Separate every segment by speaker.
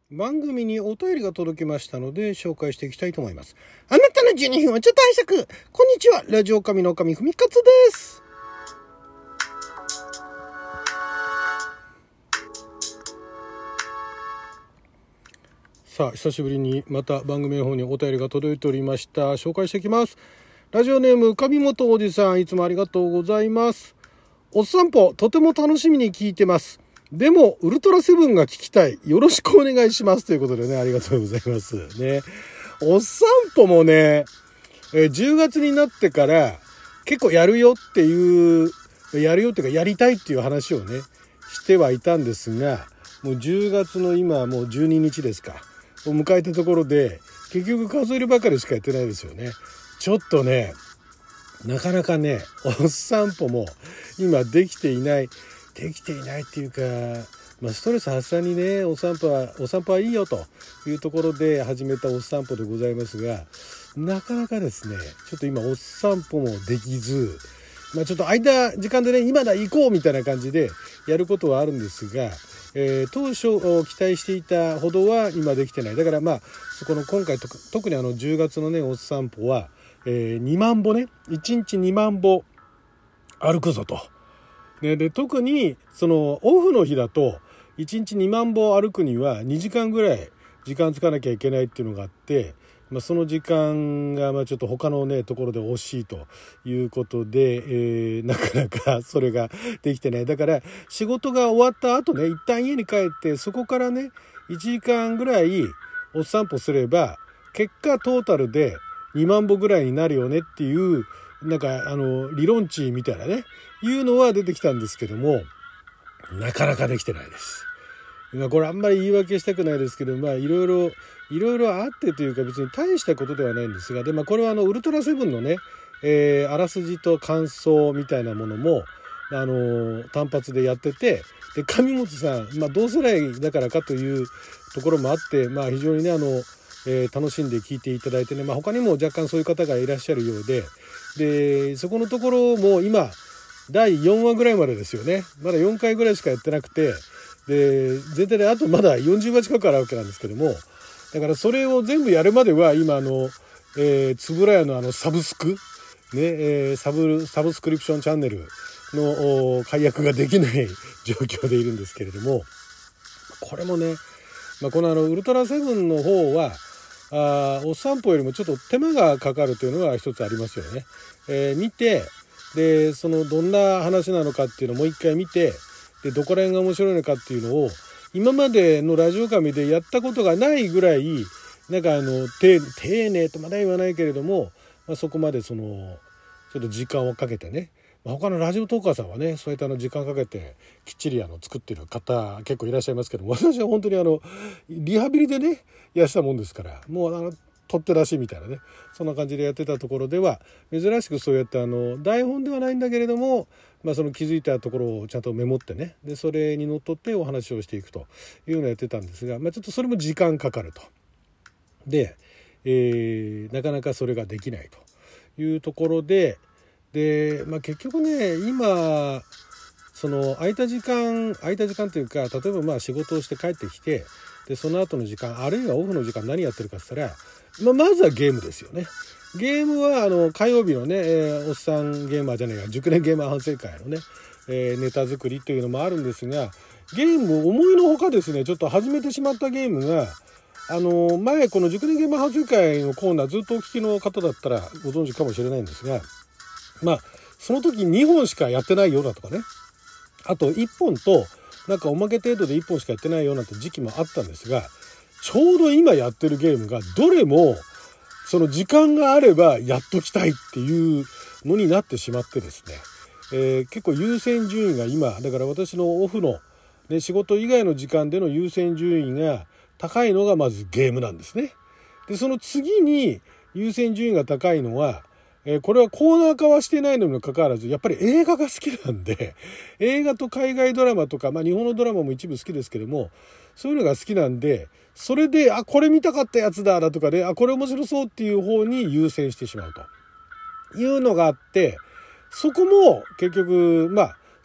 Speaker 1: 番組にお便りが届きましたので紹介していきたいと思います。あなたの12分はちょっと拝借。こんにちは、ラジオ神の神ふみかつです。さあ、久しぶりにまた番組の方にお便りが届いておりました。紹介していきます。ラジオネーム上本おじさん、いつもありがとうございます。おっさんぽとても楽しみに聞いてます。でもウルトラセブンが聞きたい、よろしくお願いしますということでね、ありがとうございますね。おっさんぽもね、10月になってから結構やるよっていうかやりたいっていう話をねしてはいたんですが、もう10月の今もう12日ですかを迎えたところで結局数えるばかりしかやってないですよね。ちょっとね、なかなかね、おっさんぽも今できていないっていうか、ストレス発散にね、お散歩はいいよというところで始めたおっさんぽでございますが、なかなかですね、ちょっと今おっさんぽもできず、ちょっと時間でね、今だ行こうみたいな感じでやることはあるんですが、当初期待していたほどは今できてない。だからそこの今回特に10月のねおっさんぽは、2万歩ね、1日2万歩歩くぞと。で特にそのオフの日だと1日2万歩歩くには2時間ぐらい時間つかなきゃいけないっていうのがあって、その時間がちょっと他のねところで惜しいということで、なかなかそれができてない。だから仕事が終わった後ね、一旦家に帰ってそこからね1時間ぐらいお散歩すれば結果トータルで2万歩ぐらいになるよねっていう理論値みたいなねいうのは出てきたんですけども、なかなかできてないです。これあんまり言い訳したくないですけど、いろいろあってというか別に大したことではないんですが、でこれはウルトラセブンのね、あらすじと感想みたいなものも単発でやってて、で上本さん、同世代だからかというところもあって、非常にね楽しんで聞いていただいてね、他にも若干そういう方がいらっしゃるようで、そこのところも今第4話ぐらいまでですよね。まだ4回ぐらいしかやってなくて、で全体であとまだ40話近くあるわけなんですけども、だからそれを全部やるまでは今つぶらやのサブスクね、サブスクリプションチャンネルの解約ができない状況でいるんですけれども、これもね、このウルトラセブンの方はお散歩よりもちょっと手間がかかるというのが一つありますよね。見て、でどんな話なのかっていうのをもう一回見て、でどこら辺が面白いのかっていうのを今までのラジオ神でやったことがないぐらい丁寧とまだ言わないけれども、そこまでちょっと時間をかけてね、他のラジオトーカーさんはねそうやって時間かけてきっちり作ってる方結構いらっしゃいますけども、私は本当にリハビリでねやってたもんですから、もう取って出しみたいなね、そんな感じでやってたところでは珍しくそうやって台本ではないんだけれども、その気づいたところをちゃんとメモってね、でそれにのっとってお話をしていくというのをやってたんですが、ちょっとそれも時間かかると。で、なかなかそれができないというところで、結局ね今空いた時間というか、例えば仕事をして帰ってきて、でその後の時間、あるいはオフの時間何やってるかって言ったら、まずはゲームですよね。ゲームは火曜日のね、おっさんゲーマーじゃないか、熟年ゲーマー反省会のね、ネタ作りというのもあるんですが、ゲーム思いのほかですね、ちょっと始めてしまったゲームが前この熟年ゲーマー反省会のコーナーずっとお聞きの方だったらご存知かもしれないんですが、その時2本しかやってないようだとかね、あと1本とおまけ程度で1本しかやってないようなって時期もあったんですが、ちょうど今やってるゲームがどれもその時間があればやっときたいっていうのになってしまってですね、結構優先順位が今だから私のオフの、ね、仕事以外の時間での優先順位が高いのがまずゲームなんですね。でその次に優先順位が高いのはこれはコーナー化はしてないのにもかかわらずやっぱり映画が好きなんで、映画と海外ドラマとか、日本のドラマも一部好きですけども、そういうのが好きなんで、それでこれ見たかったやつだとかでこれ面白そうっていう方に優先してしまうというのがあって、そこも結局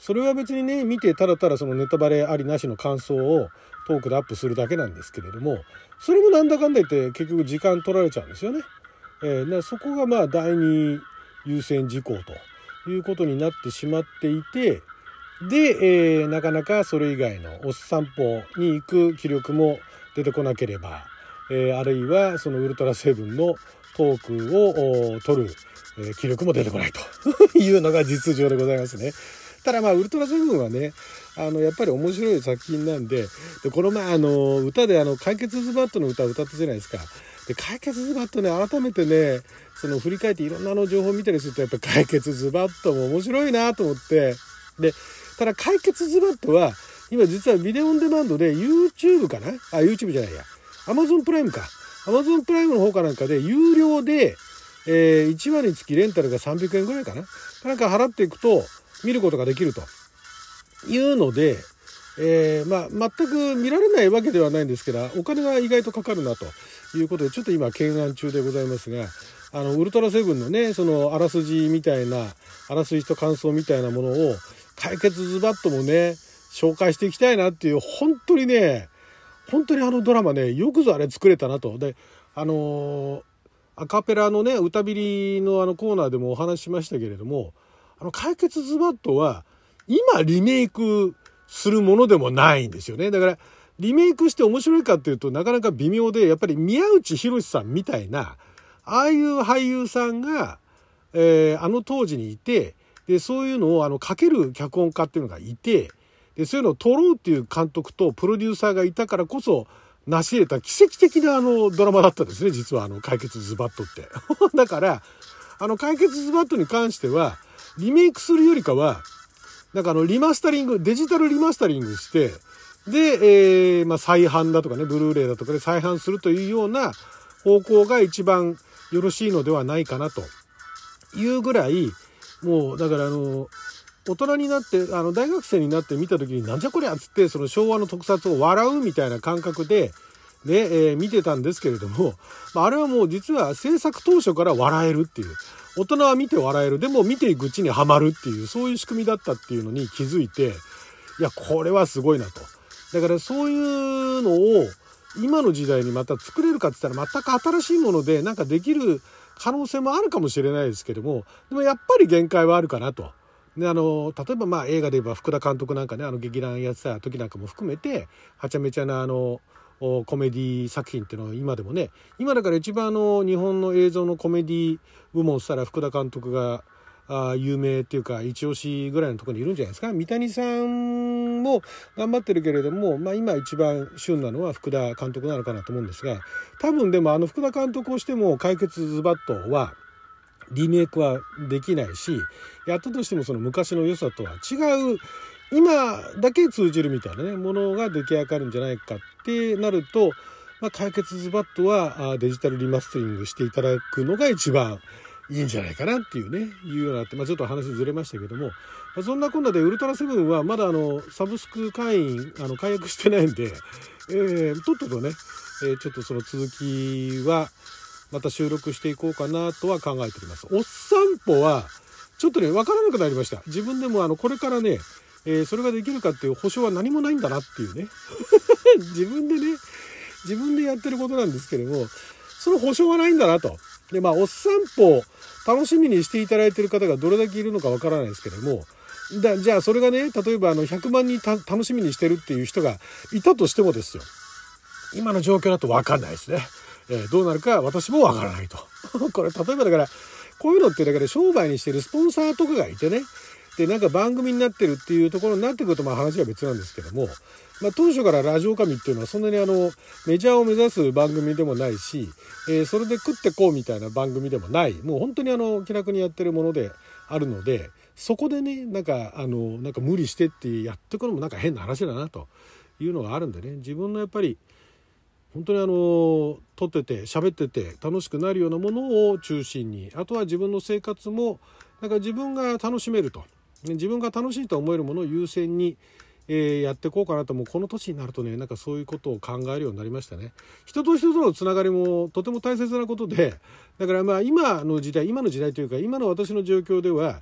Speaker 1: それは別にね見てただただそのネタバレありなしの感想をトークでアップするだけなんですけれども、それもなんだかんだ言って結局時間取られちゃうんですよね。でそこがまあ第二優先事項ということになってしまっていて、で、なかなかそれ以外のおっさんぽに行く気力も出てこなければ、あるいはそのウルトラセブンのトークを取る、気力も出てこないというのが実情でございますね。ただまあウルトラセブンはねやっぱり面白い作品なんで、この前歌で解決ズバットの歌を歌ったじゃないですか。で解決ズバットね改めてねその振り返っていろんな情報を見たりするとやっぱり解決ズバットも面白いなと思って、でただ解決ズバットは今実はビデオオンデマンドで YouTube かなYouTube じゃないや Amazon プライムか Amazon プライムの方かなんかで有料で、1話につきレンタルが300円ぐらいかななんか払っていくと見ることができるというので、全く見られないわけではないんですけどお金が意外とかかるなということでちょっと今懸案中でございますが、ウルトラセブンのねそのあらすじみたいなあらすじと感想みたいなものを解決ズバッともね紹介していきたいなっていう、本当にドラマねよくぞあれ作れたなと。でアカペラのね歌ビリのコーナーでもお話ししましたけれども、解決ズバッとは今リメイクするものでもないんですよね。だからリメイクして面白いかっていうとなかなか微妙で、やっぱり宮内浩さんみたいなああいう俳優さんが、当時にいて、でそういうのを書ける脚本家っていうのがいて、でそういうのを撮ろうっていう監督とプロデューサーがいたからこそ成し得た奇跡的なドラマだったんですね、実は解決ズバットってだから解決ズバットに関してはリメイクするよりかはなんかリマスタリングデジタルリマスタリングしてで、再販だとかねブルーレイだとかで再販するというような方向が一番よろしいのではないかなというぐらい、もうだから大人になって大学生になって見た時になんじゃこりゃっつってその昭和の特撮を笑うみたいな感覚でね、見てたんですけれども、あれはもう実は制作当初から笑えるっていう、大人は見て笑える、でも見ていくうちにはまるっていう、そういう仕組みだったっていうのに気づいて、いやこれはすごいなと。だからそういうのを今の時代にまた作れるかって言ったら全く新しいものでなんかできる可能性もあるかもしれないですけども、でもやっぱり限界はあるかなと。で例えば映画で言えば福田監督なんかね劇団やってた時なんかも含めてはちゃめちゃなコメディ作品っていうのは今でもね、今だから一番日本の映像のコメディ部門したら福田監督が有名っていうか一押しぐらいのところにいるんじゃないですか。三谷さんも頑張ってるけれども、今一番旬なのは福田監督なのかなと思うんですが、多分でも福田監督をしても解決ズバットはリメイクはできないし、やったとしてもその昔の良さとは違う今だけ通じるみたいなねものが出来上がるんじゃないかってなると、解決ズバットはデジタルリマスタリングしていただくのが一番いいんじゃないかなっていうねいうようなって、ちょっと話ずれましたけども、そんなこんなでウルトラセブンはまだサブスク会員解約してないんで、とっととね、ちょっとその続きはまた収録していこうかなとは考えております。おっさんぽはちょっとね分からなくなりました。自分でもこれからね、それができるかっていう保証は何もないんだなっていうね自分でやってることなんですけれども、その保証はないんだなと。でおっさんぽ楽しみにしていただいている方がどれだけいるのかわからないですけれども、じゃあそれがね例えば100万人楽しみにしてるっていう人がいたとしてもですよ、今の状況だと分かんないですね。どうなるか私も分からないとこれ例えばだからこういうのってだから商売にしてるスポンサーとかがいてね、でなんか番組になってるっていうところになってくると話は別なんですけども、当初からラジオ神っていうのはそんなにメジャーを目指す番組でもないし、それで食ってこうみたいな番組でもない、もう本当に気楽にやってるものであるので、そこでねなんか無理してってやってくのもなんか変な話だなというのがあるんでね、自分のやっぱり本当に撮ってて喋ってて楽しくなるようなものを中心に、あとは自分の生活もなんか自分が楽しめると、自分が楽しいと思えるものを優先に、やっていこうかなと。もうこの年になるとねなんかそういうことを考えるようになりましたね。人と人とのつながりもとても大切なことで、だから今の時代というか今の私の状況では、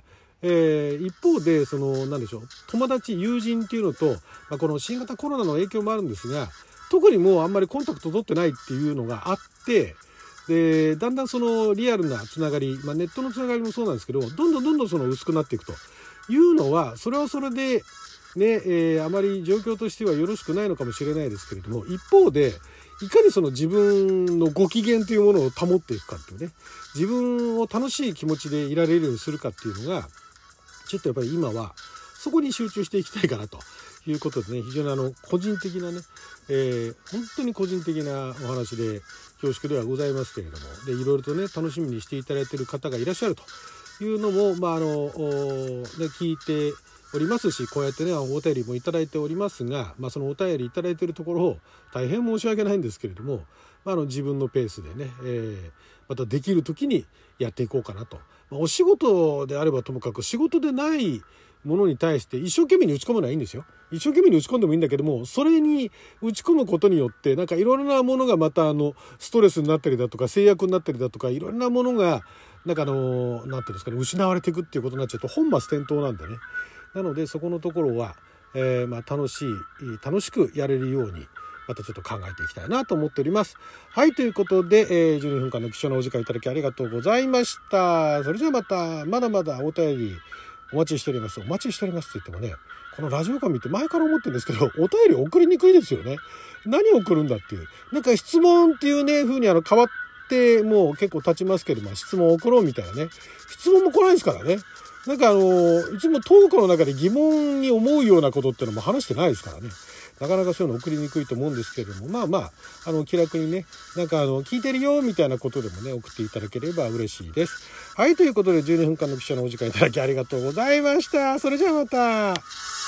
Speaker 1: 一方で何でしょう、友達友人っていうのと、この新型コロナの影響もあるんですが、特にもうあんまりコンタクト取ってないっていうのがあって、でだんだんリアルなつながり、ネットのつながりもそうなんですけど、どんどん薄くなっていくというのは、それはそれでね、あまり状況としてはよろしくないのかもしれないですけれども、一方でいかに自分のご機嫌というものを保っていくかっていうね、自分を楽しい気持ちでいられるようにするかっていうのが、ちょっとやっぱり今はそこに集中していきたいかなということでね、非常に個人的なね、本当に個人的なお話で恐縮ではございますけれども、でいろいろとね楽しみにしていただいている方がいらっしゃるというのも、聞いておりますし、こうやってねお便りもいただいておりますが、そのお便りいただいているところを大変申し訳ないんですけれども、自分のペースでね、またできる時にやっていこうかなと。お仕事であればともかく、仕事でないものに対して一生懸命に打ち込むのはいいんですよ。一生懸命に打ち込んでもいいんだけども、それに打ち込むことによっていろんなものがまたストレスになったりだとか制約になったりだとか、いろんなものがなんていうんですかね、失われていくっていうことになっちゃうと本末転倒なんでね。なのでそこのところは、楽しくやれるようにまたちょっと考えていきたいなと思っております。はい、ということで、12分間の貴重なお時間いただきありがとうございました。それじゃあまたまだまだお便りお待ちしております。お待ちしておりますって言ってもね、このラジオ感見て前から思ってるんですけど、お便り送りにくいですよね。何を送るんだっていう。質問っていうね風に変わってもう結構経ちますけども、質問を送ろうみたいなね、質問も来ないですからね。いつもトークの中で疑問に思うようなことってのも話してないですからね。なかなかそういうの送りにくいと思うんですけれども、気楽にね、聞いてるよみたいなことでもね、送っていただければ嬉しいです。はい、ということで12分間の貴重なお時間いただきありがとうございました。それじゃあまた。